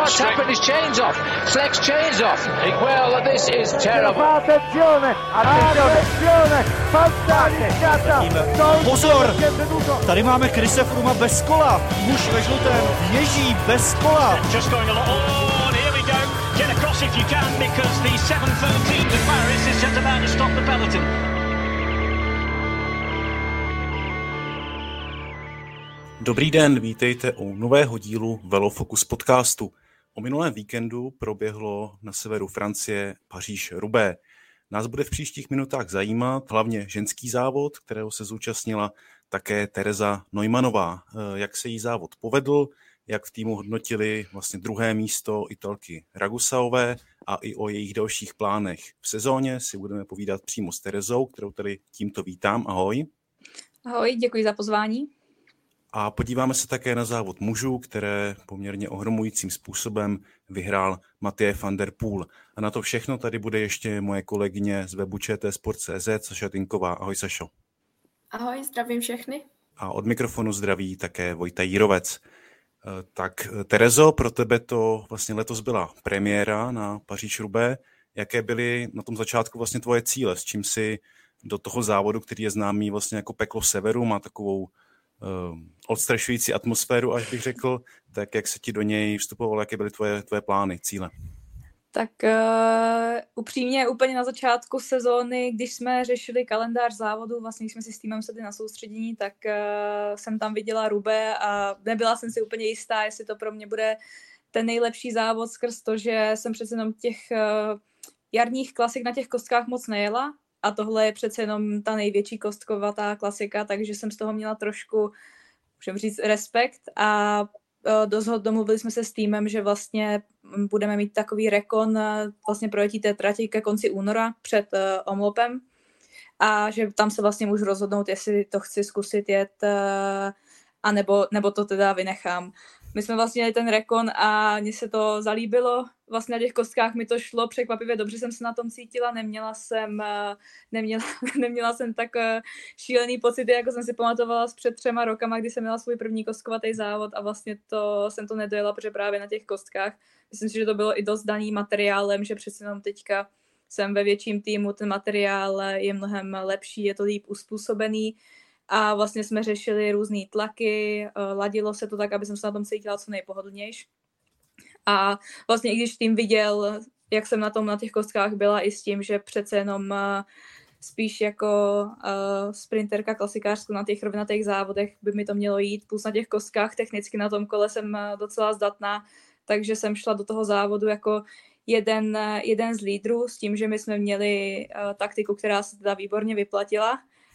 what's happened? His chain's off. Flex chain's off. Well, this is terrible. Attenzione, Pozor, tady máme Chrise Frooma bez kola. Muž ve žlutém ježí bez kola. Just going along. Oh, and here we go. Get across if you can, because the 7:13 to Paris is just about to stop the peloton. Dobrý den, vítejte u nového dílu Velofocus podcastu. O minulém víkendu proběhlo na severu Francie Paříž-Roubaix. Nás bude v příštích minutách zajímat hlavně ženský závod, kterého se zúčastnila také Tereza Neumannová. Jak se jí závod povedl, jak v týmu hodnotili vlastně druhé místo Italky Ragusaové a i o jejich dalších plánech v sezóně si budeme povídat přímo s Terezou, kterou tady tímto vítám. Ahoj. Ahoj, děkuji za pozvání. A podíváme se také na závod mužů, které poměrně ohromujícím způsobem vyhrál Mathieu van der Poel. A na to všechno tady bude ještě moje kolegyně z webu ČTsport.cz, Saša Tinková. Ahoj, Sašo. Ahoj, zdravím všechny. A od mikrofonu zdraví také Vojta Jírovec. Tak Terezo, pro tebe to vlastně letos byla premiéra na Paříž-Roubaix. Jaké byly na tom začátku vlastně tvoje cíle? S čím si do toho závodu, který je známý vlastně jako peklo severu, má takovou odstrašující atmosféru, až bych řekl, tak jak se ti do něj vstupovalo, jaké byly tvoje plány, cíle? Tak upřímně úplně na začátku sezóny, když jsme řešili kalendář závodu, vlastně když jsme si s týmem sedli na soustředění, tak jsem tam viděla Roubaix a nebyla jsem si úplně jistá, jestli to pro mě bude ten nejlepší závod skrz to, že jsem přece jenom těch jarních klasik na těch kostkách moc nejela. A tohle je přece jenom ta největší kostkovatá klasika, takže jsem z toho měla trošku, můžeme říct, respekt. A domluvili jsme se s týmem, že vlastně budeme mít takový rekon vlastně projetí té trati ke konci února před omlopem. A že tam se vlastně můžu rozhodnout, jestli to chci zkusit jet, nebo to teda vynechám. My jsme vlastně jeli ten rekon a mně se to zalíbilo. Vlastně na těch kostkách mi to šlo překvapivě dobře, jsem se na tom cítila. Neměla jsem tak šílený pocity, jako jsem si pamatovala před 3 rokama, kdy jsem měla svůj první kostkovatý závod a vlastně jsem to nedojela, protože právě na těch kostkách. Myslím si, že to bylo i dost daný materiálem, že přece jenom teďka jsem ve větším týmu, ten materiál je mnohem lepší, je to líp uspůsobený. A vlastně jsme řešili různý tlaky, ladilo se to tak, aby jsem se na tom cítila co nejpohodlnější. A vlastně i když tým viděl, jak jsem na těch kostkách byla, i s tím, že přece jenom spíš jako sprinterka klasikářskou na těch rovnatých závodech by mi to mělo jít, plus na těch kostkách technicky na tom kole jsem docela zdatná, takže jsem šla do toho závodu jako jeden z lídrů s tím, že my jsme měli taktiku, která se teda výborně vyplatila.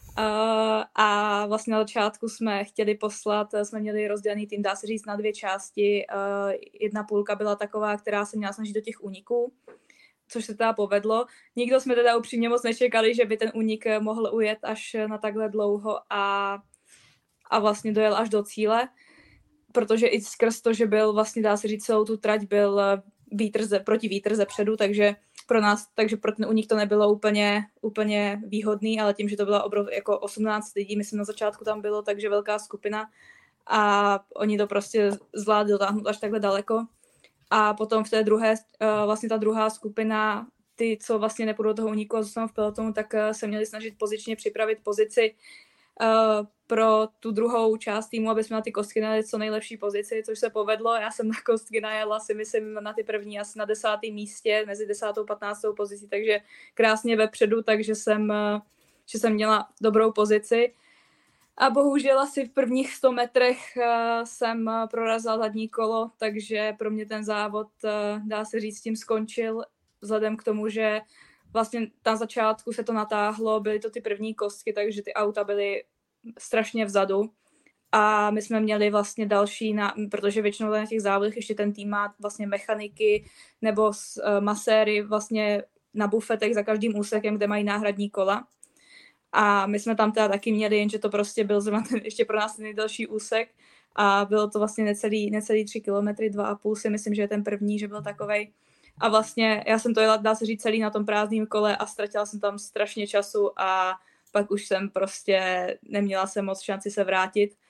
A vlastně na začátku jsme měli rozdělený tým, dá se říct, na 2 části. Jedna půlka byla taková, která se měla snažit do těch úniků, což se teda povedlo. Nikdo jsme teda upřímně moc nečekali, že by ten únik mohl ujet až na takhle dlouho a vlastně dojel až do cíle, protože i skrz to, že byl vlastně, dá se říct, celou tu trať byl proti vítr ze předu, takže pro ten únik to nebylo úplně výhodný, ale tím, že to byla jako 18 lidí, myslím na začátku tam bylo, takže velká skupina a oni to prostě zvládli dotáhnout až takhle daleko. A potom v té druhé, vlastně ta druhá skupina, ty, co vlastně nepůjdou do toho úniku a zůstanou v pelotonu, tak se měli snažit pozičně připravit pozici pro tu druhou část týmu, aby jsme na ty kostky najeli co nejlepší pozici, což se povedlo. Já jsem na kostky najela si myslím na ty první asi na 10. místě, mezi 10. a 15. pozicí, takže krásně vepředu, takže jsem měla dobrou pozici. A bohužel asi v prvních 100 metrech jsem prorazila zadní kolo, takže pro mě ten závod, dá se říct, tím skončil, vzhledem k tomu, že vlastně na začátku se to natáhlo, byly to ty první kostky, takže ty auta byly strašně vzadu a my jsme měli vlastně další, protože většinou na těch závodech ještě ten tým má vlastně mechaniky nebo maséry vlastně na bufetech za každým úsekem, kde mají náhradní kola. A my jsme tam teda taky měli, jenže to prostě byl ještě pro nás nejdelší úsek a bylo to vlastně necelý 3 kilometry, 2,5 si myslím, že je ten první, že byl takovej. A vlastně já jsem to jela, dá se říct, celý na tom prázdném kole a ztratila jsem tam strašně času a pak už jsem prostě neměla jsem moc šanci se vrátit.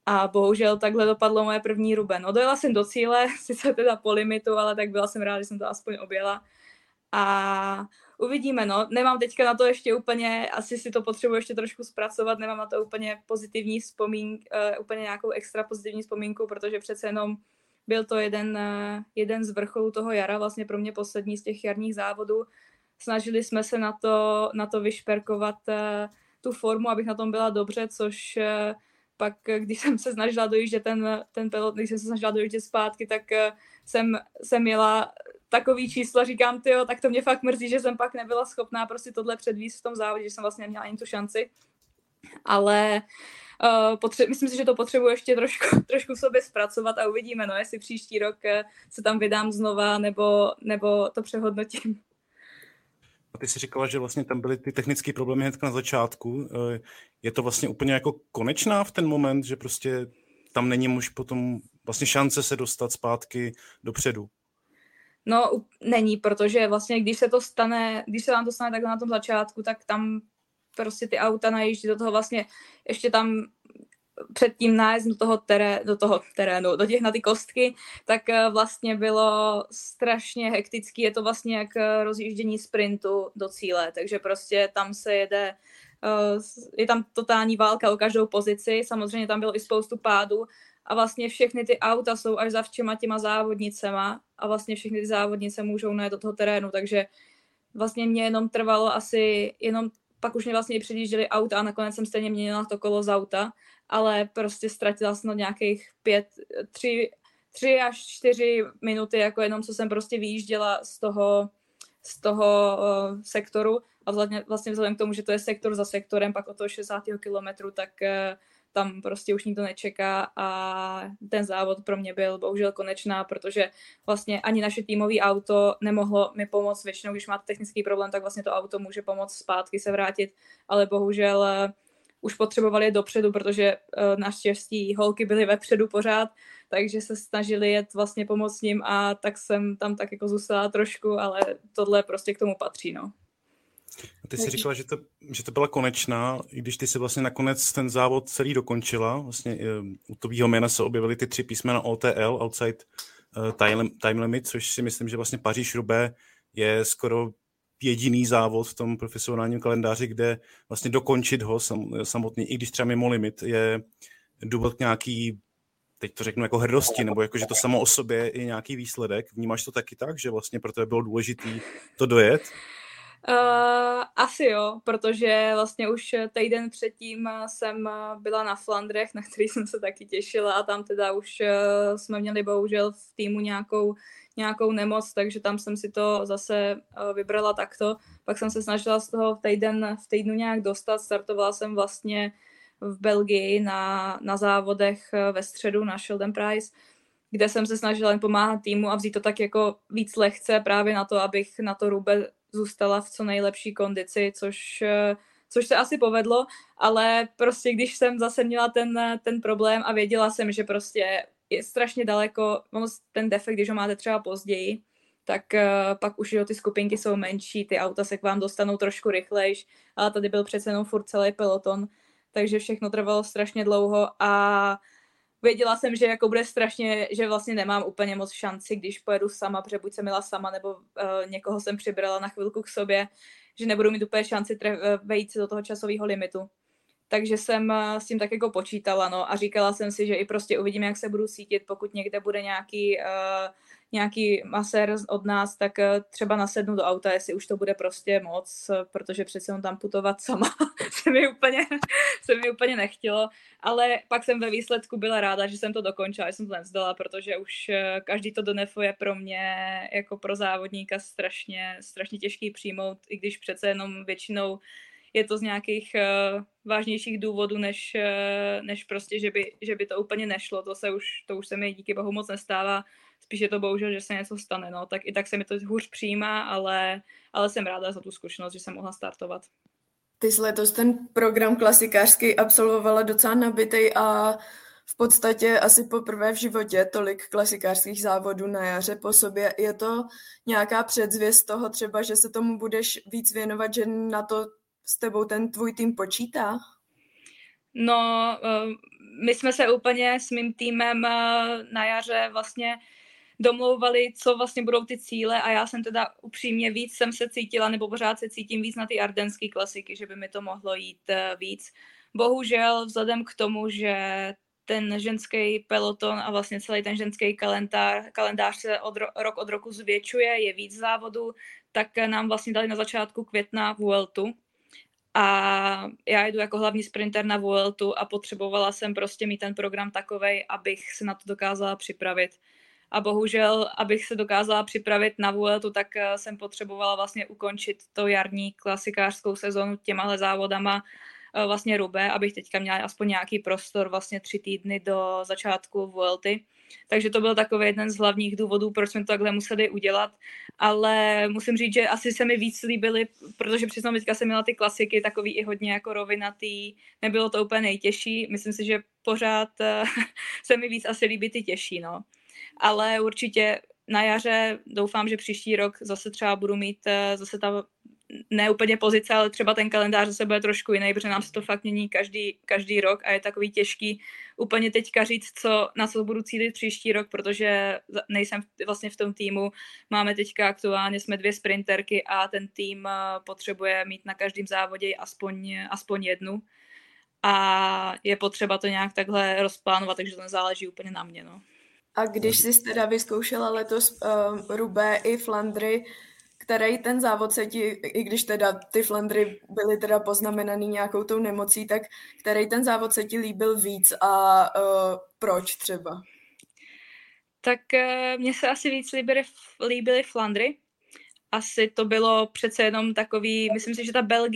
A bohužel takhle dopadlo moje první Roubaix. No dojela jsem do cíle, sice teda po limitu, ale tak byla jsem ráda, že jsem to aspoň objela. A uvidíme, no. Nemám teďka na to ještě úplně, asi si to potřebuji ještě trošku zpracovat, nemám na to úplně pozitivní úplně nějakou extra pozitivní vzpomínku, protože přece jenom byl to jeden z vrcholů toho jara, vlastně pro mě poslední z těch jarních závodů. Snažili jsme se na to vyšperkovat tu formu, abych na tom byla dobře, což pak, když jsem se snažila dojíždět ten pelot, když jsem se snažila dojíždět zpátky, tak jsem měla takový číslo, říkám, tyjo, tak to mě fakt mrzí, že jsem pak nebyla schopná prostě tohle předvíst v tom závodě, že jsem vlastně neměla ani tu šanci. Ale myslím si, že to potřebuji ještě trošku v sobě zpracovat a uvidíme, no, jestli příští rok se tam vydám znova, nebo to přehodnotím. A ty jsi říkala, že vlastně tam byly ty technické problémy hned na začátku. Je to vlastně úplně jako konečná v ten moment, že prostě tam není už potom vlastně šance se dostat zpátky dopředu? No, není, protože vlastně když se vám to stane takhle na tom začátku, tak tam prostě ty auta najíždí do toho vlastně ještě tam před tím nájezd do toho terénu, na ty kostky, tak vlastně bylo strašně hektický. Je to vlastně jak rozjíždění sprintu do cíle, takže prostě tam se jede, je tam totální válka o každou pozici, samozřejmě tam bylo i spoustu pádů a vlastně všechny ty auta jsou až za všema těma závodnicema a vlastně všechny ty závodnice můžou najet do toho terénu, takže vlastně mě jenom trvalo pak už mě vlastně i předjížděli auta a nakonec jsem stejně měnila to kolo z auta, ale prostě ztratila jsem nějakých 3 až 4 minuty, jako jenom co jsem prostě vyjížděla z toho sektoru a vlastně vzhledem k tomu, že to je sektor za sektorem, pak od toho 60 kilometru, tak tam prostě už nikdo nečeká a ten závod pro mě byl bohužel konečná, protože vlastně ani naše týmové auto nemohlo mi pomoct. Většinou, když máte technický problém, tak vlastně to auto může pomoct zpátky se vrátit, ale bohužel už potřebovali jet dopředu, protože naštěstí holky byly vepředu pořád, takže se snažili jet vlastně pomoct ním a tak jsem tam tak jako zůstala trošku, ale tohle prostě k tomu patří, no. A ty jsi říkala, že to byla konečná, i když ty si vlastně nakonec ten závod celý dokončila. Vlastně u tvýho jména se objevily ty 3 písmena OTL, Outside Time Limit, což si myslím, že vlastně Paříž-Roubaix je skoro jediný závod v tom profesionálním kalendáři, kde vlastně dokončit ho samotný, i když třeba mimo limit, je důvod nějaký, teď to řeknu jako hrdosti, nebo jako, že to samo o sobě je nějaký výsledek. Vnímáš to taky tak, že vlastně pro tebe bylo důležité to dojet? Asi jo, protože vlastně už týden předtím jsem byla na Flandrech, na který jsem se taky těšila a tam teda už jsme měli bohužel v týmu nějakou nemoc, takže tam jsem si to zase vybrala takto. Pak jsem se snažila z toho v týdnu nějak dostat, startovala jsem vlastně v Belgii na závodech ve středu na Sheldon Price, kde jsem se snažila jen pomáhat týmu a vzít to tak jako víc lehce právě na to, abych na to Roubaix zůstala v co nejlepší kondici, což se asi povedlo, ale prostě když jsem zase měla ten problém a věděla jsem, že prostě je strašně daleko, ten defekt, když ho máte třeba později, tak pak už ty skupinky jsou menší, ty auta se k vám dostanou trošku rychlejš, ale tady byl přece jenom furt celý peloton, takže všechno trvalo strašně dlouho a věděla jsem, že jako bude že vlastně nemám úplně moc šanci, když pojedu sama, protože buď jsem jela sama, nebo někoho jsem přibrala na chvilku k sobě, že nebudu mít úplně šanci vejít se do toho časového limitu. Takže jsem s tím tak jako počítala, no, a říkala jsem si, že i prostě uvidím, jak se budu cítit, pokud někde bude nějaký masér od nás, tak třeba nasednu do auta, jestli už to bude prostě moc, protože přece on tam putovat sama se mi úplně nechtělo, ale pak jsem ve výsledku byla ráda, že jsem to dokončila, že jsem to nevzdala, protože už každý to Donefo je pro mě jako pro závodníka strašně těžký přijmout, i když přece jenom většinou je to z nějakých vážnějších důvodů, než prostě, že by to úplně nešlo. To už se mi díky bohu moc nestává. Spíš je to bohužel, že se něco stane. No. Tak i tak se mi to hůř přijímá, ale jsem ráda za tu zkušenost, že jsem mohla startovat. Ty jsi letos ten program klasikářský absolvovala docela nabitej a v podstatě asi poprvé v životě tolik klasikářských závodů na jaře po sobě. Je to nějaká předzvěst toho třeba, že se tomu budeš víc věnovat, že na to s tebou ten tvůj tým počítá? No, my jsme se úplně s mým týmem na jaře vlastně domlouvali, co vlastně budou ty cíle a já jsem teda upřímně víc jsem se cítila, nebo pořád se cítím víc na ty ardenské klasiky, že by mi to mohlo jít víc. Bohužel vzhledem k tomu, že ten ženský peloton a vlastně celý ten ženský kalendář se rok od roku zvětšuje, je víc závodů, tak nám vlastně dali na začátku května Vueltu. A já jdu jako hlavní sprinter na Vueltu a potřebovala jsem prostě mít ten program takovej, abych se na to dokázala připravit. A bohužel, abych se dokázala připravit na Vueltu, tak jsem potřebovala vlastně ukončit to jarní klasikářskou sezonu těmahle závodama vlastně Roubaix, abych teďka měla aspoň nějaký prostor vlastně 3 týdny do začátku Vuelty. Takže to byl takový jeden z hlavních důvodů, proč jsme to takhle museli udělat, ale musím říct, že asi se mi víc líbily, protože přiznám, teďka jsem měla ty klasiky takový i hodně jako rovinatý, nebylo to úplně nejtěžší, myslím si, že pořád se mi víc asi líbí ty těžší, no. Ale určitě na jaře doufám, že příští rok zase třeba budu mít zase ta ne úplně pozice, ale třeba ten kalendář zase bude trošku jiný, protože nám se to fakt mění každý rok a je takový těžký úplně teďka říct, na co budu cílit příští rok, protože nejsem vlastně v tom týmu. Máme teďka aktuálně, jsme 2 sprinterky a ten tým potřebuje mít na každém závodě aspoň jednu a je potřeba to nějak takhle rozplánovat, takže to nezáleží úplně na mě. No. A když jsi teda vyzkoušela letos Roubaix i Flandry, který ten závod se ti, i když teda ty Flandry byly teda poznamenaný nějakou tou nemocí, tak který ten závod se ti líbil víc a proč třeba? Tak mně se asi víc líbily Flandry. Asi to bylo přece jenom takový, myslím si, že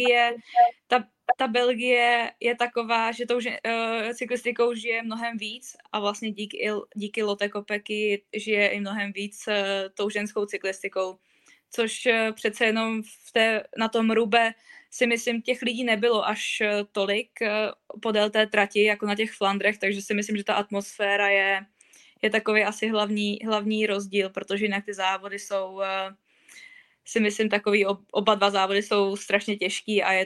ta Belgie je taková, že tou cyklistikou žije mnohem víc a vlastně díky Lotte Kopecky žije i mnohem víc tou ženskou cyklistikou. Což přece jenom na tom Roubaix si myslím, těch lidí nebylo až tolik podél té trati, jako na těch Flandrech, takže si myslím, že ta atmosféra je takový asi hlavní rozdíl, protože jinak ty závody jsou, si myslím, takový, oba dva závody jsou strašně těžký a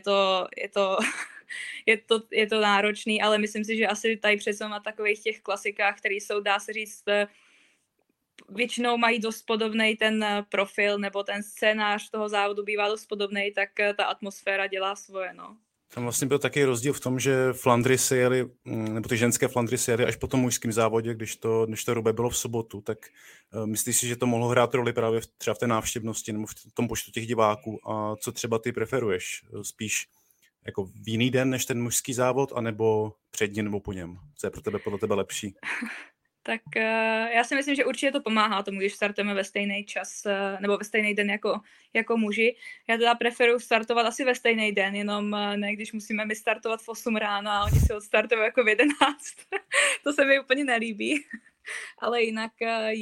je to náročný, ale myslím si, že asi tady přece na takových těch klasikách, které jsou, dá se říct, většinou mají dost podobný ten profil, nebo ten scénář toho závodu bývá dost podobný, tak ta atmosféra dělá svoje, no. Tam vlastně byl taky rozdíl v tom, že Flandry se jeli, nebo ty ženské Flandry se jeli až po tom mužském závodě, když to Roubaix bylo v sobotu, tak myslíš si, že to mohlo hrát roli právě třeba v té návštěvnosti nebo v tom počtu těch diváků a co třeba ty preferuješ? Spíš jako v jiný den než ten mužský závod, anebo před ním nebo po něm? Co je pro tebe podle tebe lepší? Tak já si myslím, že určitě to pomáhá tomu, když startujeme ve stejný čas nebo ve stejný den jako muži. Já teda preferuji startovat asi ve stejný den, jenom ne, když musíme my startovat v 8 ráno a oni se odstartují jako v 11. To se mi úplně nelíbí. Ale jinak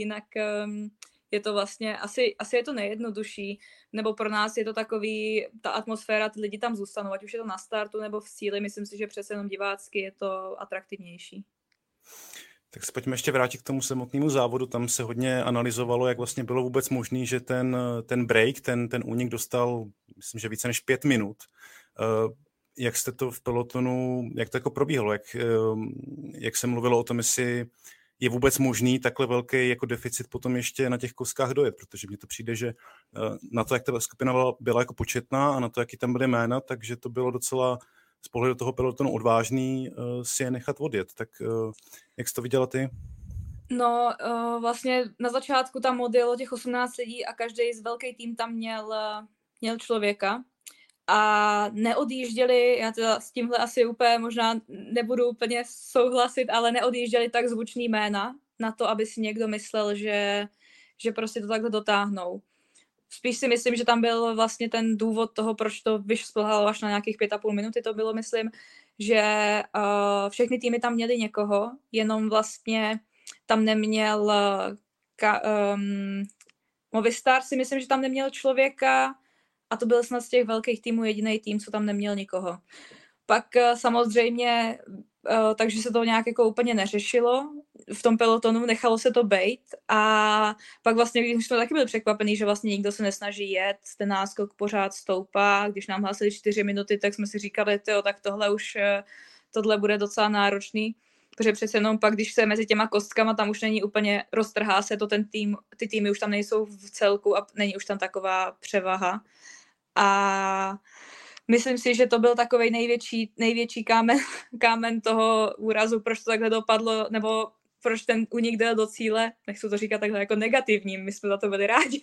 je to vlastně, asi je to nejjednodušší, nebo pro nás je to takový, ta atmosféra, ty lidi tam zůstanou, ať už je to na startu nebo v cíli, myslím si, že přece jenom divácky je to atraktivnější. Tak se pojďme ještě vrátit k tomu samotnému závodu. Tam se hodně analyzovalo, jak vlastně bylo vůbec možný, že ten break, ten únik dostal, myslím, že více než 5 minut. Jak jste to v pelotonu, jak to jako probíhalo? Jak se mluvilo o tom, jestli je vůbec možný takhle velký jako deficit potom ještě na těch kostkách dojet? Protože mně to přijde, že na to, jak ta skupina byla jako početná a na to, jaký tam byly jména, takže to bylo docela z pohledu toho pelotonu odvážný si je nechat odjet. Tak jak jsi to viděla ty? No, vlastně na začátku tam odjelo těch 18 lidí a každý z velký tým tam měl člověka a neodjížděli, já teda s tímhle asi úplně možná nebudu úplně souhlasit, ale neodjížděli tak zvučný jména na to, aby si někdo myslel, že prostě to takhle dotáhnou. Spíš si myslím, že tam byl vlastně ten důvod toho, proč to vyšplhalo až na nějakých 5,5 minuty, to bylo, myslím, že všechny týmy tam měli někoho, jenom vlastně tam neměl Movistar, si myslím, že tam neměl člověka a to byl snad z těch velkých týmů jediný tým, co tam neměl nikoho. Pak samozřejmě, takže se to nějak jako úplně neřešilo v tom pelotonu, nechalo se to bejt a pak vlastně, když jsme taky byli překvapení, že vlastně nikdo se nesnaží jet, ten náskok pořád stoupá, když nám hlásili 4 minuty, tak jsme si říkali, tak tohle bude docela náročný. protože přece jenom pak, když se mezi těma kostkama, tam už není úplně, roztrhá se to ten tým, ty týmy už tam nejsou v celku a není už tam taková převaha. A myslím si, že to byl takovej největší kámen toho úrazu, proč to takhle dopadlo, nebo proč ten únik dojel do cíle, nechci to říkat takhle jako negativním, my jsme za to byli rádi,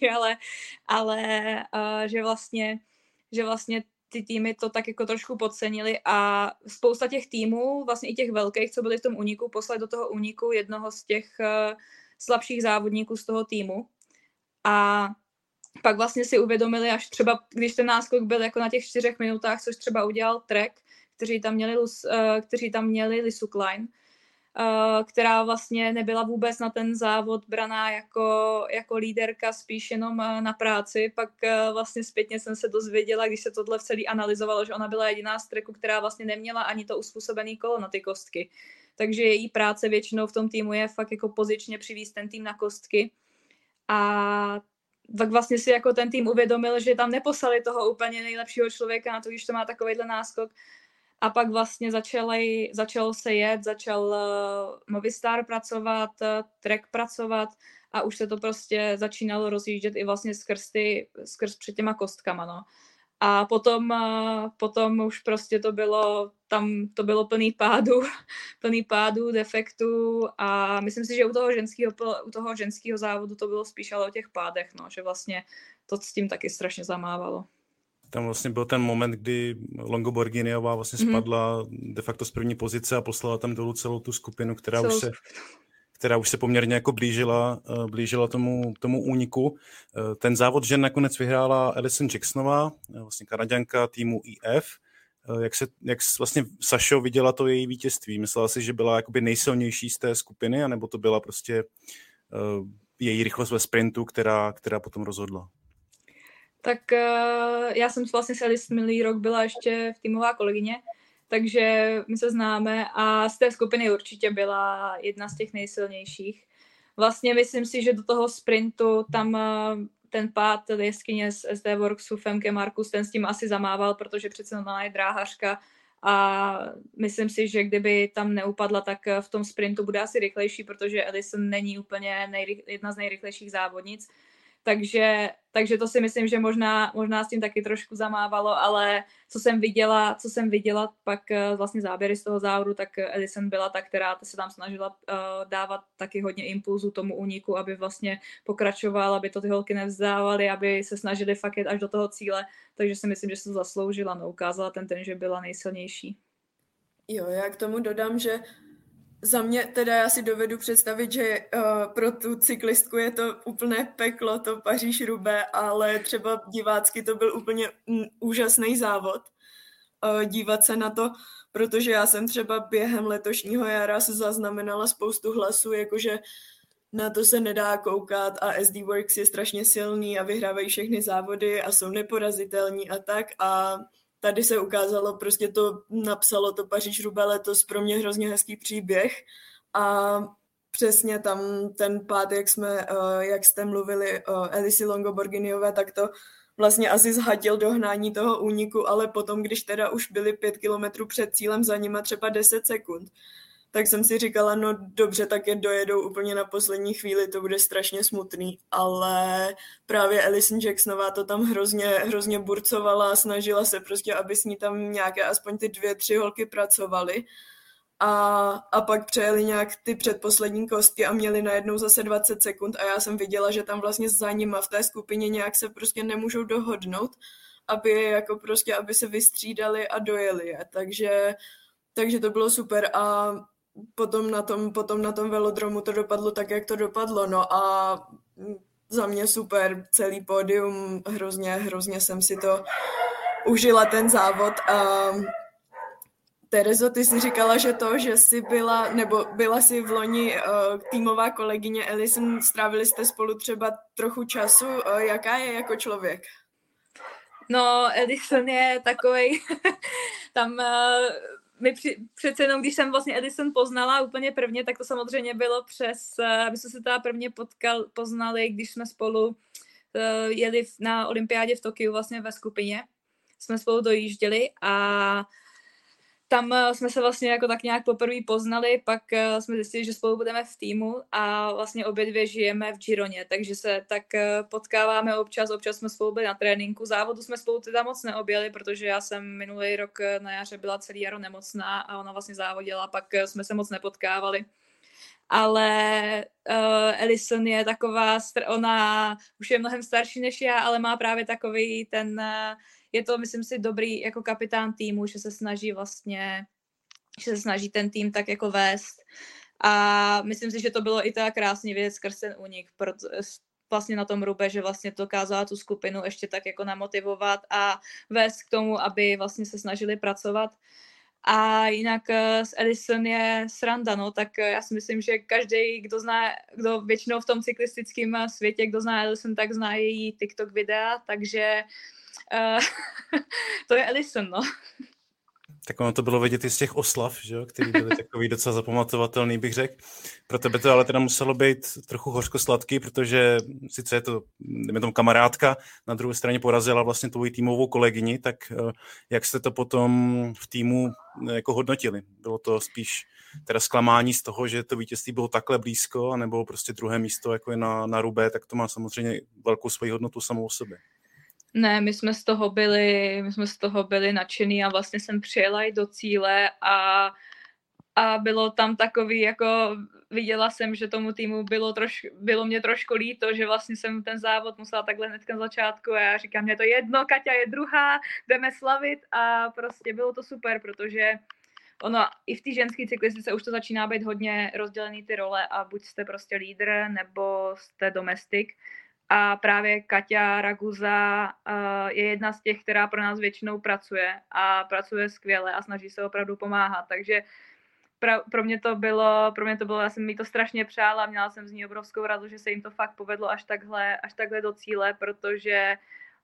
ale že vlastně ty týmy to tak jako trošku podcenili a spousta těch týmů, vlastně i těch velkých, co byli v tom úniku, poslali do toho úniku jednoho z těch slabších závodníků z toho týmu a pak vlastně si uvědomili, až třeba, když ten náskok byl jako na těch 4 minutách, což třeba udělal Trek, kteří tam měli Lisu Klein, která vlastně nebyla vůbec na ten závod braná jako líderka, spíš jenom na práci. Pak vlastně zpětně jsem se dozvěděla, když se tohle celý analyzovalo, že ona byla jediná z Treku, která vlastně neměla ani to uspůsobený kolo na ty kostky. Takže její práce většinou v tom týmu je fakt jako pozičně přivést ten tým na kostky. A tak vlastně si jako ten tým uvědomil, že tam neposlali toho úplně nejlepšího člověka na to, když to má takovejhle náskok. A pak vlastně začal se jet, začal Movistar pracovat, Trek pracovat a už se to prostě začínalo rozjíždět i vlastně skrz před těma kostkama, no. A potom už prostě to bylo plný pádů, defektů a myslím si, že u toho ženského závodu to bylo spíš ale o těch pádech, no, že vlastně to s tím taky strašně zamávalo. Tam vlastně byl ten moment, kdy Longo Borghiniová vlastně spadla de facto z první pozice a poslala tam dolů celou tu skupinu, která už se poměrně jako blížila tomu úniku. Ten závod žen nakonec vyhrála Alison Jacksonová, vlastně Kanaďanka týmu IF. Jak vlastně Sašo viděla to její vítězství? Myslela si, že byla jakoby nejsilnější z té skupiny, anebo to byla prostě její rychlost ve sprintu, která potom rozhodla? Tak já jsem vlastně s Alice minulý rok byla ještě týmová kolegyně, takže my se známe a z té skupiny určitě byla jedna z těch nejsilnějších. Vlastně myslím si, že do toho sprintu tam ten pád jeskyně z SD Worksu Femke Markus, ten s tím asi zamával, protože přece ona je dráhařka a myslím si, že kdyby tam neupadla, tak v tom sprintu bude asi rychlejší, protože Alison není úplně jedna z nejrychlejších závodnic. Takže to si myslím, že možná s tím taky trošku zamávalo, ale co jsem viděla pak vlastně záběry z toho závodu, tak Alison byla ta, která se tam snažila dávat taky hodně impulzu tomu úniku, aby vlastně pokračoval, aby to ty holky nevzdávaly, aby se snažili fakt jet až do toho cíle, takže si myslím, že se to zasloužila, no, ukázala ten, že byla nejsilnější. Jo, já k tomu dodám, že za mě teda já si dovedu představit, že pro tu cyklistku je to úplné peklo, to Paříž-Roubaix, ale třeba divácky to byl úplně úžasný závod. Dívat se na to, protože já jsem třeba během letošního jara se zaznamenala spoustu hlasů, jakože na to se nedá koukat a SD Works je strašně silný a vyhrávají všechny závody a jsou neporazitelní a tak a tady se ukázalo, prostě to napsalo to Paříž-Roubaix letos pro mě hrozně hezký příběh a přesně tam ten pád, jak jste mluvili o Elisi Longo Borghiniové, tak to vlastně asi zhatil dohnání toho úniku, ale potom, když teda už byli 5 kilometrů před cílem, za nima třeba 10 sekund, tak jsem si říkala, no dobře, tak je dojedou úplně na poslední chvíli, to bude strašně smutný, ale právě Alison Jacksonová to tam hrozně burcovala a snažila se prostě, aby s ní tam nějaké aspoň ty 2-3 holky pracovaly a pak přejeli nějak ty předposlední kostky a měli najednou zase 20 sekund a já jsem viděla, že tam vlastně za nima v té skupině nějak se prostě nemůžou dohodnout, aby se vystřídali a dojeli je, takže to bylo super a potom na tom velodromu to dopadlo tak, jak to dopadlo, no a za mě super, celý pódium, hrozně jsem si to užila ten závod a Terezo, ty jsi říkala, že jsi byla si v loni týmová kolegyně Alison, strávili jste spolu třeba trochu času, jaká je jako člověk? No, Alison je takovej, tam přece jenom, když jsem vlastně Alison poznala úplně prvně, tak to samozřejmě bylo my jsme se teda prvně poznali, když jsme spolu jeli na olympiádě v Tokiu vlastně ve skupině, jsme spolu dojížděli a tam jsme se vlastně jako tak nějak poprvé poznali, pak jsme zjistili, že spolu budeme v týmu a vlastně obě dvě žijeme v Gironě, takže se tak potkáváme občas jsme spolu byli na tréninku, závodu jsme spolu teda moc neobjeli, protože já jsem minulý rok na jaře byla celý jaro nemocná a ona vlastně závodila, pak jsme se moc nepotkávali. Ale Alison je taková, ona už je mnohem starší než já, ale má právě takový ten, je to, myslím si, dobrý jako kapitán týmu, že se snaží ten tým tak jako vést. A myslím si, že to bylo i tak krásně vidět skrz ten únik, vlastně na tom Rube, že vlastně to dokázala tu skupinu ještě tak jako namotivovat a vést k tomu, aby vlastně se snažili pracovat. A jinak s Alison je sranda, no, tak já si myslím, že každý, kdo většinou v tom cyklistickém světě, kdo zná Alison, tak zná její TikTok videa, takže to je Alison, no. Tak ono to bylo vidět i z těch oslav, že jo, který byly takový docela zapamatovatelný, bych řekl. Pro tebe to ale teda muselo být trochu hořkosladký, protože sice je to, dejme tomu, kamarádka, na druhé straně porazila vlastně tvoji týmovou kolegyni, tak jak jste to potom v týmu jako hodnotili? Bylo to spíš teda zklamání z toho, že to vítězství bylo takhle blízko, anebo prostě druhé místo jako je na Roubaix, tak to má samozřejmě velkou svoji hodnotu samou o sobě. Ne, my jsme z toho byli nadšený a vlastně jsem přijela i do cíle a bylo tam takový, jako viděla jsem, že tomu týmu bylo mě trošku líto, že vlastně jsem ten závod musela takhle hnedka na začátku a já říkám, mě to jedno, Kaťa je druhá, jdeme slavit a prostě bylo to super, protože ono i v té ženské cyklistice už to začíná být hodně rozdělený ty role a buď jste prostě lídr nebo jste domestik. A právě Kaťa Ragusa je jedna z těch, která pro nás většinou pracuje a pracuje skvěle a snaží se opravdu pomáhat. Takže pro mě to bylo, já jsem mi to strašně přála, měla jsem z ní obrovskou radost, že se jim to fakt povedlo až takhle do cíle, protože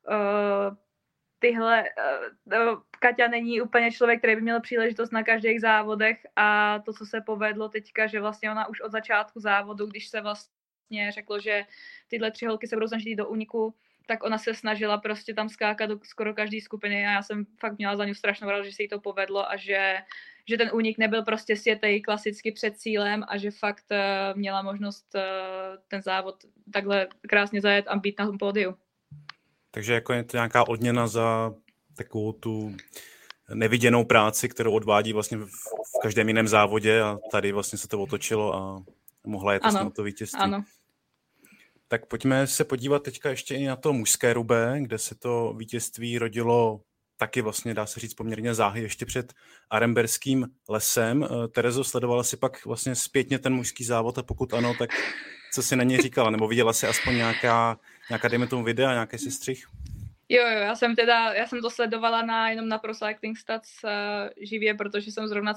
Kaťa není úplně člověk, který by měl příležitost na každých závodech a to, co se povedlo teďka, že vlastně ona už od začátku závodu, když se vlastně řeklo, že tyhle 3 holky se budou snažit do úniku, tak ona se snažila prostě tam skákat do skoro každé skupiny a já jsem fakt měla za ní strašnou radost, že se jí to povedlo a že ten únik nebyl prostě sjetej klasicky před cílem a že fakt měla možnost ten závod takhle krásně zajet a být na tom pódiu. Takže jako je to nějaká odměna za takovou tu neviděnou práci, kterou odvádí vlastně v každém jiném závodě a tady vlastně se to otočilo a mohla je to to vítězství. Ano. Tak pojďme se podívat teďka ještě i na to mužské Roubaix, kde se to vítězství rodilo taky vlastně, dá se říct, poměrně záhy ještě před Arenberským lesem. Terezo, sledovala si pak vlastně zpětně ten mužský závod a pokud ano, tak co si na něj říkala? Nebo viděla si aspoň nějaká dejme tomu videa, nějaký sestřih? Jo, já jsem to sledovala jenom na Pro Cycling Stats živě, protože jsem zrovna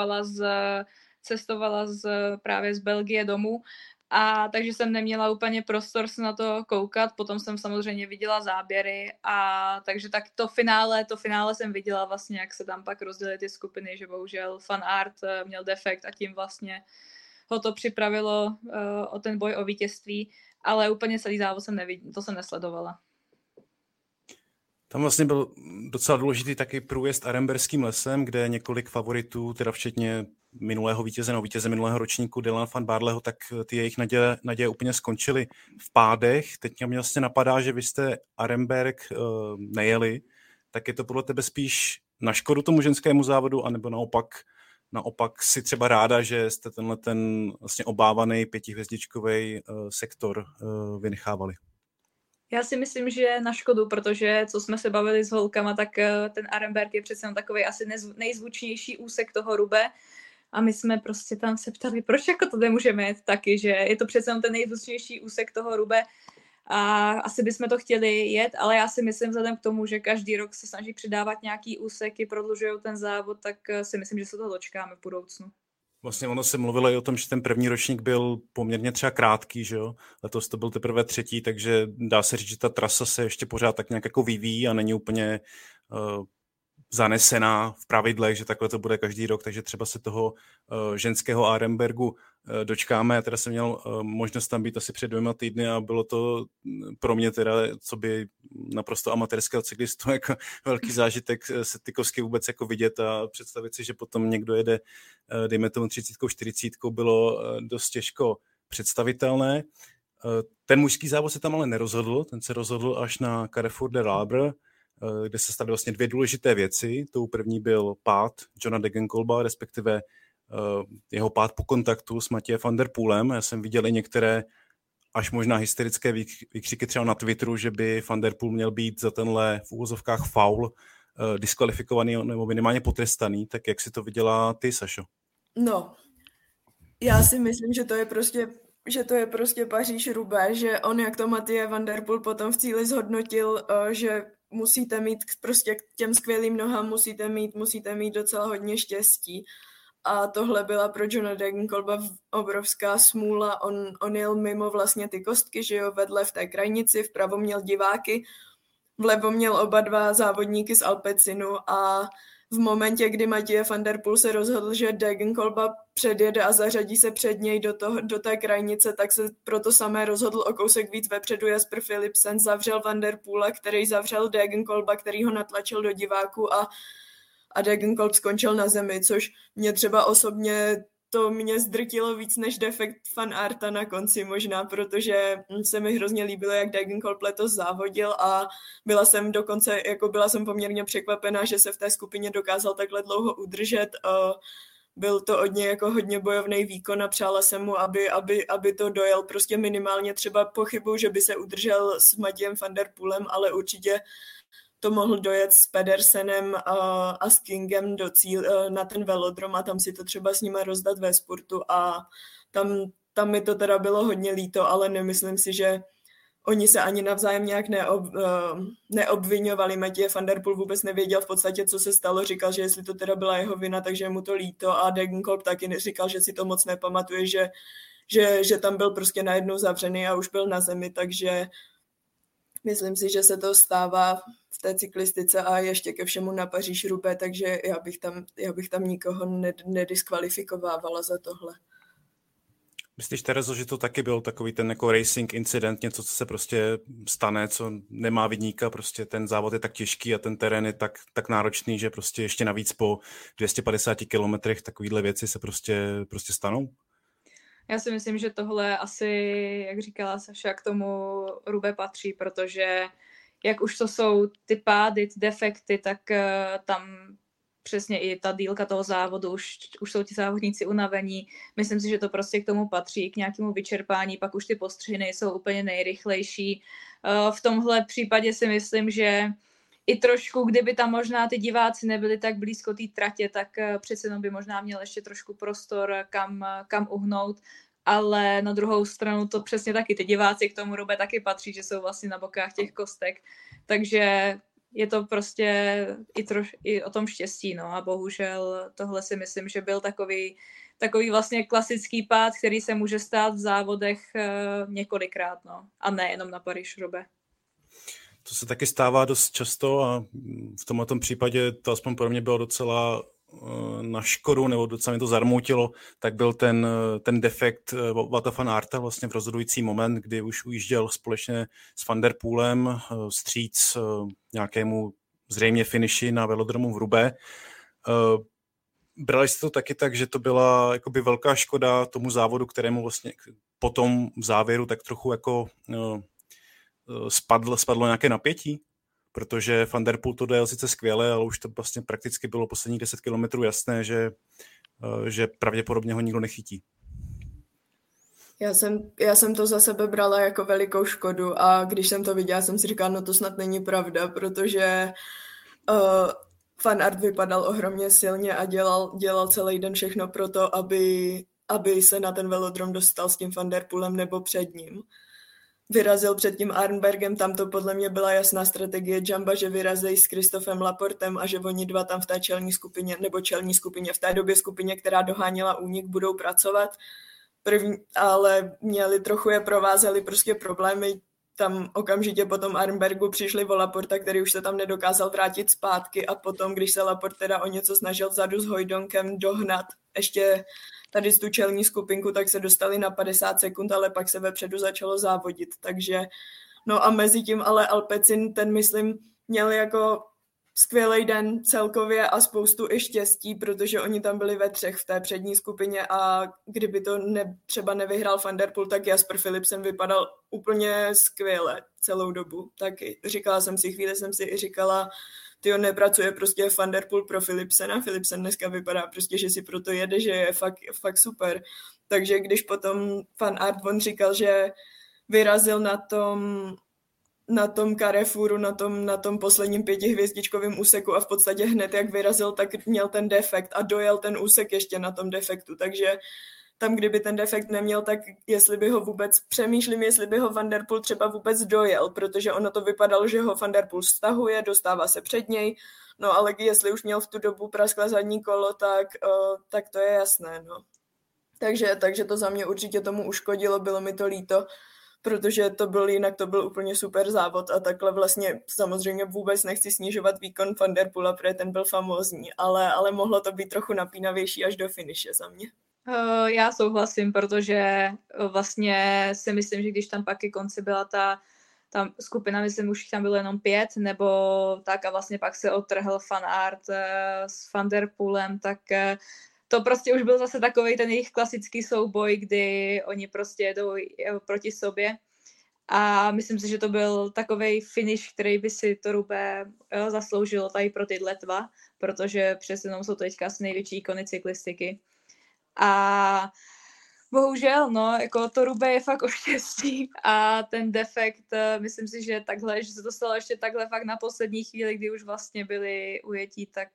cestovala právě z Belgie domů. A takže jsem neměla úplně prostor se na to koukat, potom jsem samozřejmě viděla záběry a takže tak to finále jsem viděla vlastně, jak se tam pak rozdělily ty skupiny, že bohužel Van Aert měl defekt a tím vlastně ho to připravilo o ten boj o vítězství, ale úplně celý závod jsem nesledovala. Tam vlastně byl docela důležitý taky průjezd Arenberským lesem, kde několik favoritů, teda včetně vítěze minulého ročníku Dylan van Baarleho, tak ty jejich naděje úplně skončily v pádech. Teď mě vlastně napadá, že vy jste Arenberg nejeli, tak je to podle tebe spíš na škodu tomu ženskému závodu, anebo naopak si třeba ráda, že jste tenhle ten vlastně obávaný 5hvězdičkový sektor vynechávali? Já si myslím, že na škodu, protože co jsme se bavili s holkama, tak ten Arenberg je přece takový asi nejzvučnější úsek toho Roubaix a my jsme prostě tam se ptali, proč jako to nemůžeme jet taky, že je to přece ten nejzvučnější úsek toho Roubaix a asi bychom to chtěli jet, ale já si myslím vzhledem k tomu, že každý rok se snaží přidávat nějaký úseky, prodlužují ten závod, tak si myslím, že se toho dočkáme v budoucnu. Vlastně ono se mluvilo i o tom, že ten první ročník byl poměrně třeba krátký, že jo? Letos to byl teprve 3., takže dá se říct, že ta trasa se ještě pořád tak nějak jako vyvíjí a není úplně zanesená v pravidlech, že takhle to bude každý rok, takže třeba se toho ženského Arenbergu dočkáme. Já jsem měl možnost tam být asi před 2 týdny a bylo to pro mě teda, co by naprosto amatérského cyklistu jako velký zážitek se ty kostky vůbec jako vidět a představit si, že potom někdo jede, dejme tomu 30, 40, bylo dost těžko představitelné. Ten mužský závod se tam ale nerozhodl, ten se rozhodl až na Carrefour de l'Arbre, kde se staly vlastně dvě důležité věci. Tou první byl pád Johna Degenkolba, respektive jeho pád po kontaktu s Mathieu van der Poelem. Já jsem viděl i některé až možná hysterické výkřiky třeba na Twitteru, že by Van der Poel měl být za tenhle v úvozovkách faul diskvalifikovaný nebo minimálně potrestaný. Tak jak si to viděla ty, Sašo? No, já si myslím, že to je prostě Paříž-Roubaix, že on jak to Mathieu van der Poel potom v cíli zhodnotil, že musíte mít prostě k těm skvělým nohám, musíte mít docela hodně štěstí. A tohle byla pro Johna Degenkolba obrovská smůla. On jel mimo vlastně ty kostky, že jo, vedle v té krajnici, vpravo měl diváky, vlevo měl oba dva závodníky z Alpecinu a v momentě, kdy Mathieu van der Poel se rozhodl, že Degenkolba předjede a zařadí se před něj do té krajnice, tak se proto samé rozhodl o kousek víc vepředu Jasper Philipsen, zavřel van der Poela, který zavřel Degenkolba, který ho natlačil do diváku a Degenkolb skončil na zemi, což mě třeba osobně to mě zdrtilo víc než defekt Van Aerta na konci možná, protože se mi hrozně líbilo, jak Degenkolb letos závodil a byla jsem poměrně překvapená, že se v té skupině dokázal takhle dlouho udržet. Byl to od něj jako hodně bojovný výkon a přála jsem mu, aby to dojel prostě minimálně, třeba pochybuju, že by se udržel s Mathieu van der Poelem, ale určitě to mohl dojet s Pedersenem a s Kingem na ten velodrom a tam si to třeba s nima rozdat ve sportu a tam mi to teda bylo hodně líto, ale nemyslím si, že oni se ani navzájem nějak neobviňovali. Mathieu van der Poel vůbec nevěděl v podstatě, co se stalo, říkal, že jestli to teda byla jeho vina, takže mu to líto a Degenkolb taky říkal, že si to moc nepamatuje, že tam byl prostě najednou zavřený a už byl na zemi, takže myslím si, že se to stává v té cyklistice a ještě ke všemu na Paříž-Roubaix, takže já bych tam nikoho nediskvalifikovávala za tohle. Myslíš, Terezo, že to taky byl takový ten jako racing incident, něco, co se prostě stane, co nemá viníka, prostě ten závod je tak těžký a ten terén je tak náročný, že prostě ještě navíc po 250 kilometrech takovýhle věci se prostě stanou? Já si myslím, že tohle asi, jak říkala Saša, k tomu Roubaix patří, protože jak už to jsou ty pády, ty defekty, tak tam přesně i ta dílka toho závodu, už jsou ti závodníci unavení. Myslím si, že to prostě k tomu patří, k nějakému vyčerpání, pak už ty postřihy nejsou úplně nejrychlejší. V tomhle případě si myslím, že i trošku, kdyby tam možná ty diváci nebyli tak blízko té tratě, tak přece jenom by možná měl ještě trošku prostor, kam uhnout, ale na druhou stranu to přesně taky, ty diváci k tomu Roubaix taky patří, že jsou vlastně na bokách těch kostek, takže je to prostě i o tom štěstí, no a bohužel tohle si myslím, že byl takový vlastně klasický pád, který se může stát v závodech několikrát, no a nejenom na Paříž-Roubaix. To se taky stává dost často a v tomto případě to aspoň pro mě bylo docela na škodu, nebo docela mě to zarmoutilo, tak byl ten defekt Wouta van Aerta vlastně v rozhodující moment, kdy už ujížděl společně s Van der Poelem vstříc nějakému zřejmě finiši na velodromu v Roubaix. Brali jste to taky tak, že to byla jakoby velká škoda tomu závodu, kterému vlastně potom v závěru tak trochu jako spadlo nějaké napětí? Protože Van der Poel to dojel sice skvěle, ale už to vlastně prakticky bylo posledních 10 kilometrů jasné, že pravděpodobně ho nikdo nechytí. Já jsem to za sebe brala jako velikou škodu a když jsem to viděla, jsem si říkala, no to snad není pravda, protože Van Aert vypadal ohromně silně a dělal celý den všechno pro to, aby se na ten velodrom dostal s tím Van der Poelem nebo před ním. Vyrazil před tím Arnbergem, tam to podle mě byla jasná strategie Jamba, že vyrazí s Christophem Laportem a že oni dva tam v té čelní skupině, v té době skupině, která doháněla únik, budou pracovat. Ale trochu je provázely prostě problémy, tam okamžitě po tom Arnbergu přišli o Laporta, který už se tam nedokázal vrátit zpátky a potom, když se Laport teda o něco snažil vzadu s Hojdonkem dohnat, ještě tady z tu čelní skupinku, tak se dostali na 50 sekund, ale pak se vepředu začalo závodit, takže No a mezi tím ale Alpecin, ten myslím, měl jako skvělý den celkově a spoustu i štěstí, protože oni tam byli ve 3 v té přední skupině a kdyby to třeba nevyhrál Van der Poel, tak Jasper Philipsen vypadal úplně skvěle celou dobu. Taky říkala jsem si, chvíli jsem si i říkala, tyjo, nepracuje prostě Van der Poel pro Philipsena. Philipsen dneska vypadá prostě, že si proto jede, že je fakt super. Takže když potom Van Aert, on říkal, že vyrazil na tom Carrefouru, na tom posledním 5hvězdičkovém úseku a v podstatě hned jak vyrazil, tak měl ten defekt a dojel ten úsek ještě na tom defektu, takže tam, kdyby ten defekt neměl, tak jestli by ho vůbec, přemýšlím, jestli by ho Van der Poel třeba vůbec dojel, protože ono to vypadalo, že ho Van der Poel stahuje, dostává se před něj, no ale jestli už měl v tu dobu praskle zadní kolo, tak to je jasné, no. Takže to za mě určitě tomu uškodilo, bylo mi to líto, protože to byl úplně super závod a takhle vlastně samozřejmě vůbec nechci snižovat výkon Van der Poela, protože ten byl famózní, ale mohlo to být trochu napínavější až do finiše za mě. Já souhlasím, protože vlastně si myslím, že když tam pak ke konci byla ta skupina, myslím, už tam bylo jenom 5 nebo tak a vlastně pak se odtrhl Van Aert s Van der Poelem, tak to prostě už byl zase takovej ten jejich klasický souboj, kdy oni prostě jedou proti sobě a myslím si, že to byl takovej finish, který by si to Roubaix zasloužilo tady pro tyhle dva, protože přesně jsou to teďka asi největší ikony cyklistiky. A bohužel, no, jako to Roubaix je fakt o štěstí a ten defekt, myslím si, že takhle, že se to stalo ještě takhle fakt na poslední chvíli, kdy už vlastně byli ujetí, tak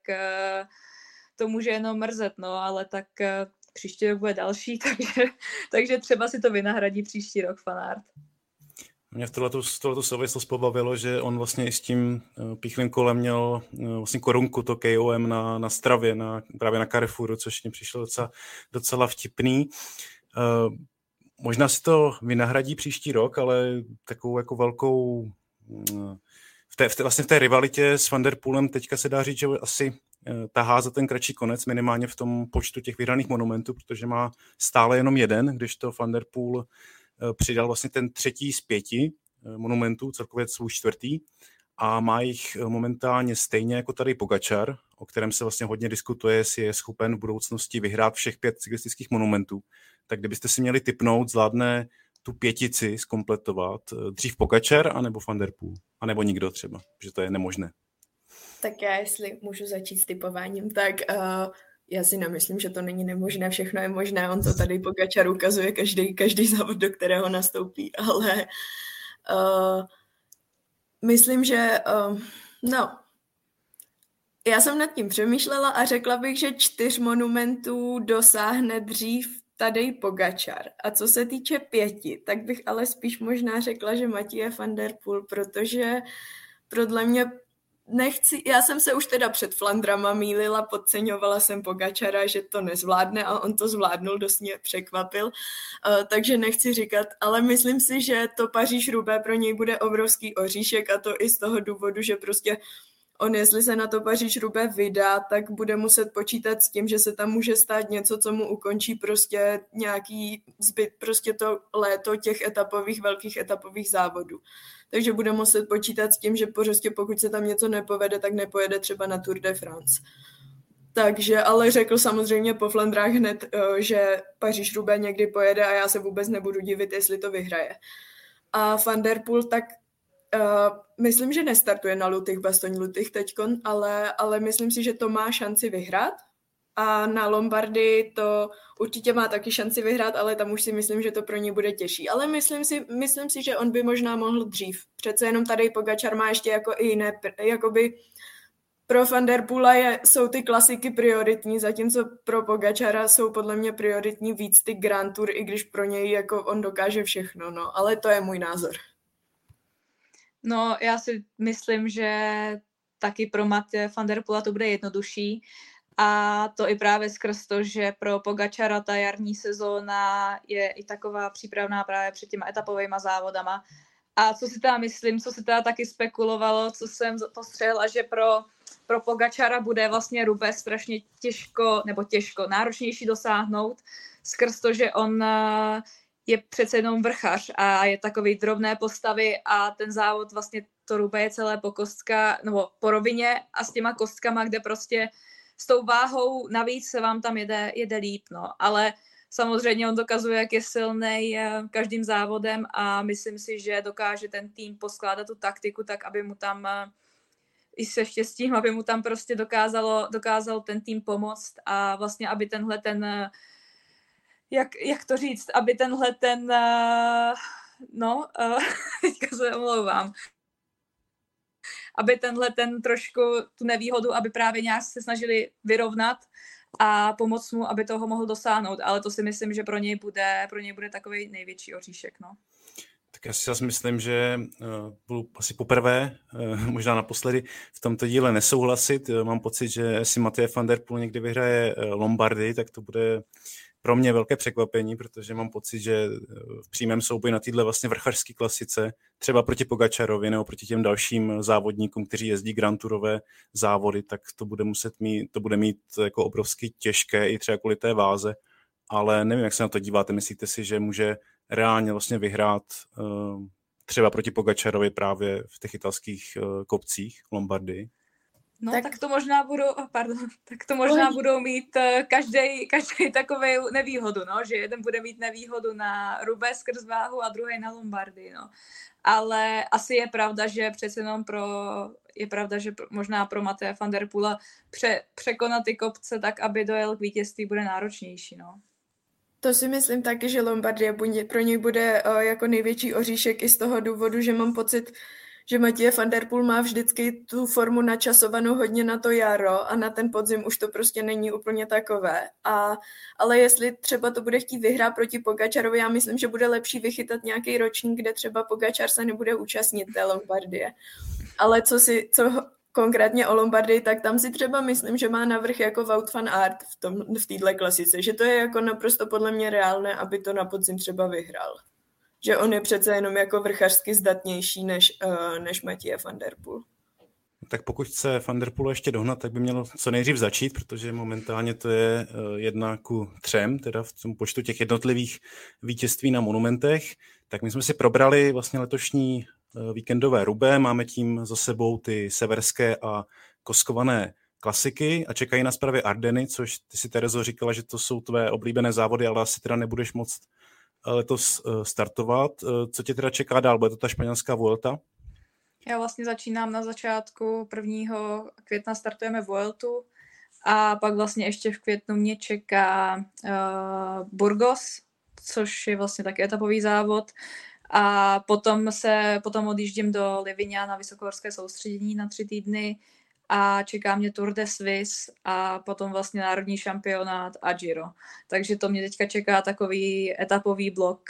to může jenom mrzet, no, ale tak příští rok bude další, takže třeba si to vynahradí příští rok Van Aert. Mě v tohleto souvislost pobavilo, že on vlastně i s tím pichlým kolem měl vlastně korunku, to KOM na Stravě, právě na Carrefouru, což mi přišlo docela vtipný. Možná si to vynahradí příští rok, ale takovou jako velkou vlastně v té rivalitě s Van der Poelem teďka se dá říct, že asi tahá za ten kratší konec, minimálně v tom počtu těch vyhraných monumentů, protože má stále jenom jeden, když to Van der Poel přidal vlastně ten 3. z 5 monumentů, celkově svůj 4. a má jich momentálně stejně jako tady Pogačar, o kterém se vlastně hodně diskutuje, jestli je schopen v budoucnosti vyhrát všech 5 cyklistických monumentů. Tak kdybyste si měli tipnout, zvládne tu 5 zkompletovat dřív Pogačar anebo Van der Poel, anebo nikdo třeba, že to je nemožné. Tak já, jestli můžu začít s typováním, tak já si nemyslím, že to není nemožné, všechno je možné, on to tady Pogačar ukazuje každý závod, do kterého nastoupí, ale myslím, že já jsem nad tím přemýšlela a řekla bych, že 4 monumentů dosáhne dřív Tadej Pogačar. A co se týče 5, tak bych ale spíš možná řekla, že Mathieu van der Poel, protože podle mě já jsem se už teda před Flandrama mýlila, podceňovala jsem Pogačara, že to nezvládne a on to zvládnul, dost mě překvapil, takže nechci říkat, ale myslím si, že to Paříž-Roubaix pro něj bude obrovský oříšek a to i z toho důvodu, že prostě on, jestli se na to Paříž-Roubaix vydá, tak bude muset počítat s tím, že se tam může stát něco, co mu ukončí prostě nějaký zbyt, prostě to léto těch velkých etapových závodů. Takže bude muset počítat s tím, že prostě pokud se tam něco nepovede, tak nepojede třeba na Tour de France. Takže, ale řekl samozřejmě po Flandrách hned, že Paříž-Roubaix někdy pojede a já se vůbec nebudu divit, jestli to vyhraje. A Van der Poel, tak myslím, že nestartuje na Bastogne-Lutych teďkon, ale myslím si, že to má šanci vyhrát. A na Lombardii to určitě má taky šanci vyhrát, ale tam už si myslím, že to pro něj bude těžší. Ale myslím si, že on by možná mohl dřív. Přece jenom tady Pogačar má ještě jako i jiné, jakoby pro Van der Poela jsou ty klasiky prioritní, zatímco pro Pogačara jsou podle mě prioritní víc ty Grand Tour, i když pro něj jako on dokáže všechno, no. Ale to je můj názor. No, já si myslím, že taky pro Mathieu van der Poela to bude jednodušší. A to i právě skrz to, že pro Pogačara ta jarní sezóna je i taková přípravná právě před těma etapovými závodama. A co si teda myslím, co si teda taky spekulovalo, co jsem postřehla, že pro Pogačara bude vlastně Roubaix strašně těžko, náročnější dosáhnout, skrz to, že on je přece jenom vrchař a je takový drobné postavy a ten závod vlastně to Roubaix je celé po kostka, nebo po rovině a s těma kostkama, kde prostě s tou váhou navíc se vám tam jede líp, no. Ale samozřejmě on dokazuje, jak je silnej každým závodem a myslím si, že dokáže ten tým poskládat tu taktiku tak, aby mu tam i se štěstím, aby mu tam prostě dokázal ten tým pomoct a vlastně, aby tenhle ten jak to říct, aby tenhle ten teďka se omlouvám, aby tenhle ten trošku tu nevýhodu, aby právě nějak se snažili vyrovnat a pomoct mu, aby toho mohl dosáhnout, ale to si myslím, že pro něj bude takový největší oříšek, no. Tak já si myslím, že budu asi poprvé, možná naposledy, v tomto díle nesouhlasit. Mám pocit, že jestli Mathieu van der Poel někdy vyhraje Lombardii, tak to bude pro mě velké překvapení, protože mám pocit, že v přímém souboji na téhle vlastně vrchařské klasice, třeba proti Pogačarovi nebo proti těm dalším závodníkům, kteří jezdí Grand Tourové závody, tak to bude mít jako obrovsky těžké i třeba kvůli té váze, ale nevím, jak se na to díváte. Myslíte si, že může reálně vlastně vyhrát třeba proti Pogačarovi právě v těch italských kopcích Lombardii? No, tak to možná budou mít každý takovou nevýhodu, no, že jeden bude mít nevýhodu na Roubaix skrz váhu a druhý na Lombardii, no. Ale asi je pravda, že přece jenom možná pro Mathieu van der Poela překonat ty kopce tak, aby dojel k vítězství, bude náročnější, no. To si myslím taky, že Lombardie pro něj bude jako největší oříšek i z toho důvodu, že mám pocit, že Mathieu van der Poel má vždycky tu formu načasovanou hodně na to jaro a na ten podzim už to prostě není úplně takové. Ale jestli třeba to bude chtít vyhrát proti Pogačarovi, já myslím, že bude lepší vychytat nějaký ročník, kde třeba Pogačar se nebude účastnit té Lombardie. Ale co konkrétně o Lombardii, tak tam si třeba myslím, že má navrch jako Wout van Aert v téhle klasice, že to je jako naprosto podle mě reálné, aby to na podzim třeba vyhrál. Že on je přece jenom jako vrchařsky zdatnější než Mathieu van der Poel. Tak pokud chce Van der Poel ještě dohnat, tak by mělo co nejdřív začít, protože momentálně to je 1:3, teda v tom počtu těch jednotlivých vítězství na monumentech. Tak my jsme si probrali vlastně letošní víkendové Roubaix, máme tím za sebou ty severské a koskované klasiky a čekají nás právě Ardeny, což ty si, Terezo, říkala, že to jsou tvé oblíbené závody, ale asi teda nebudeš moct letos startovat. Co tě teda čeká dál? Bude to ta španělská Vuelta? Já vlastně začínám na začátku 1. května, startujeme Vueltu a pak vlastně ještě v květnu mě čeká Burgos, což je vlastně taky etapový závod. A potom odjíždím do Livigna na vysokohorské soustředění na 3 týdny a čeká mě Tour de Suisse a potom vlastně národní šampionát a Giro. Takže to mě teďka čeká takový etapový blok.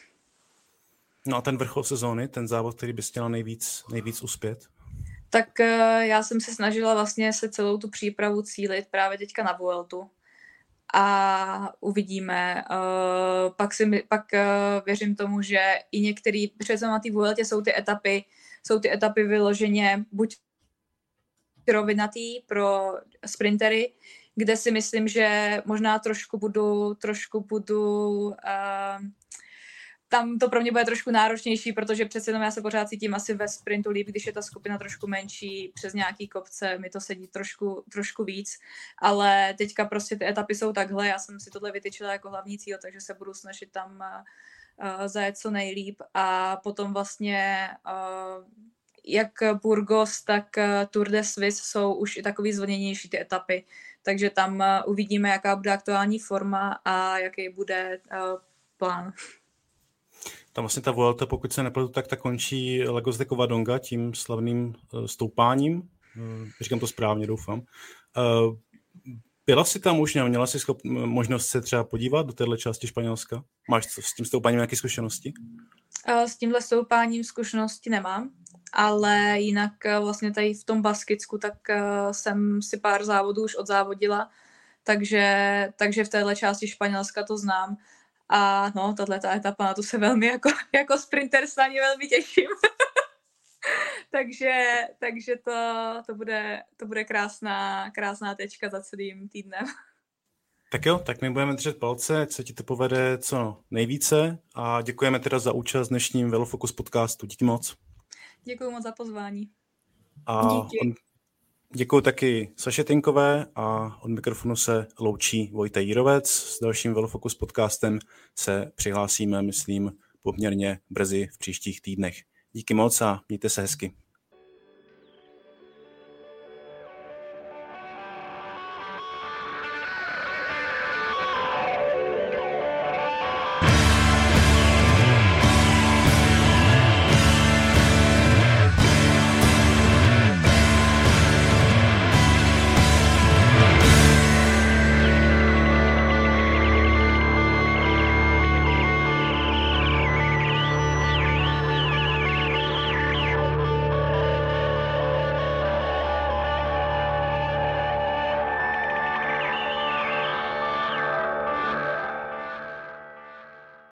No a ten vrchol sezóny, ten závod, který bys chtěla nejvíc uspět? Tak já jsem se snažila vlastně se celou tu přípravu cílit právě teďka na Vueltu. A uvidíme. Pak věřím tomu, že i některý, přece na té Vueltě jsou ty etapy vyloženě buď rovinatý pro sprintery, kde si myslím, že možná trošku budu tam to pro mě bude trošku náročnější, protože přece jenom já se pořád cítím asi ve sprintu líp, když je ta skupina trošku menší, přes nějaký kopce, mi to sedí trošku víc, ale teďka prostě ty etapy jsou takhle, já jsem si tohle vytyčila jako hlavní cíl, takže se budu snažit tam zajet co nejlíp a potom vlastně jak Burgos, tak Tour de Suisse jsou už i takový zvlněnější ty etapy, takže tam uvidíme, jaká bude aktuální forma a jaký bude plán. Tam vlastně ta Vuelta, pokud se nepletu, tak ta končí Lagos de Covadonga tím slavným stoupáním. Říkám to správně, doufám. Byla jsi tam už, měla jsi možnost se třeba podívat do téhle části Španělska? Máš s tím stoupáním nějaké zkušenosti? S tímhle stoupáním zkušenosti nemám, ale jinak vlastně tady v tom Baskicku, tak jsem si pár závodů už odzávodila, takže v téhle části Španělska to znám. A no, tato etapa, na to se velmi jako sprinter na ní velmi těším. takže to bude krásná tečka za celým týdnem. Tak jo, tak my budeme držet palce, co ti to povede co nejvíce a děkujeme teda za účast v dnešním Velofocus podcastu. Díky moc. Děkuji moc za pozvání. A děkuji taky Saše Tinkové a od mikrofonu se loučí Vojta Jírovec. S dalším Velofocus podcastem se přihlásíme, myslím, poměrně brzy v příštích týdnech. Díky moc a mějte se hezky.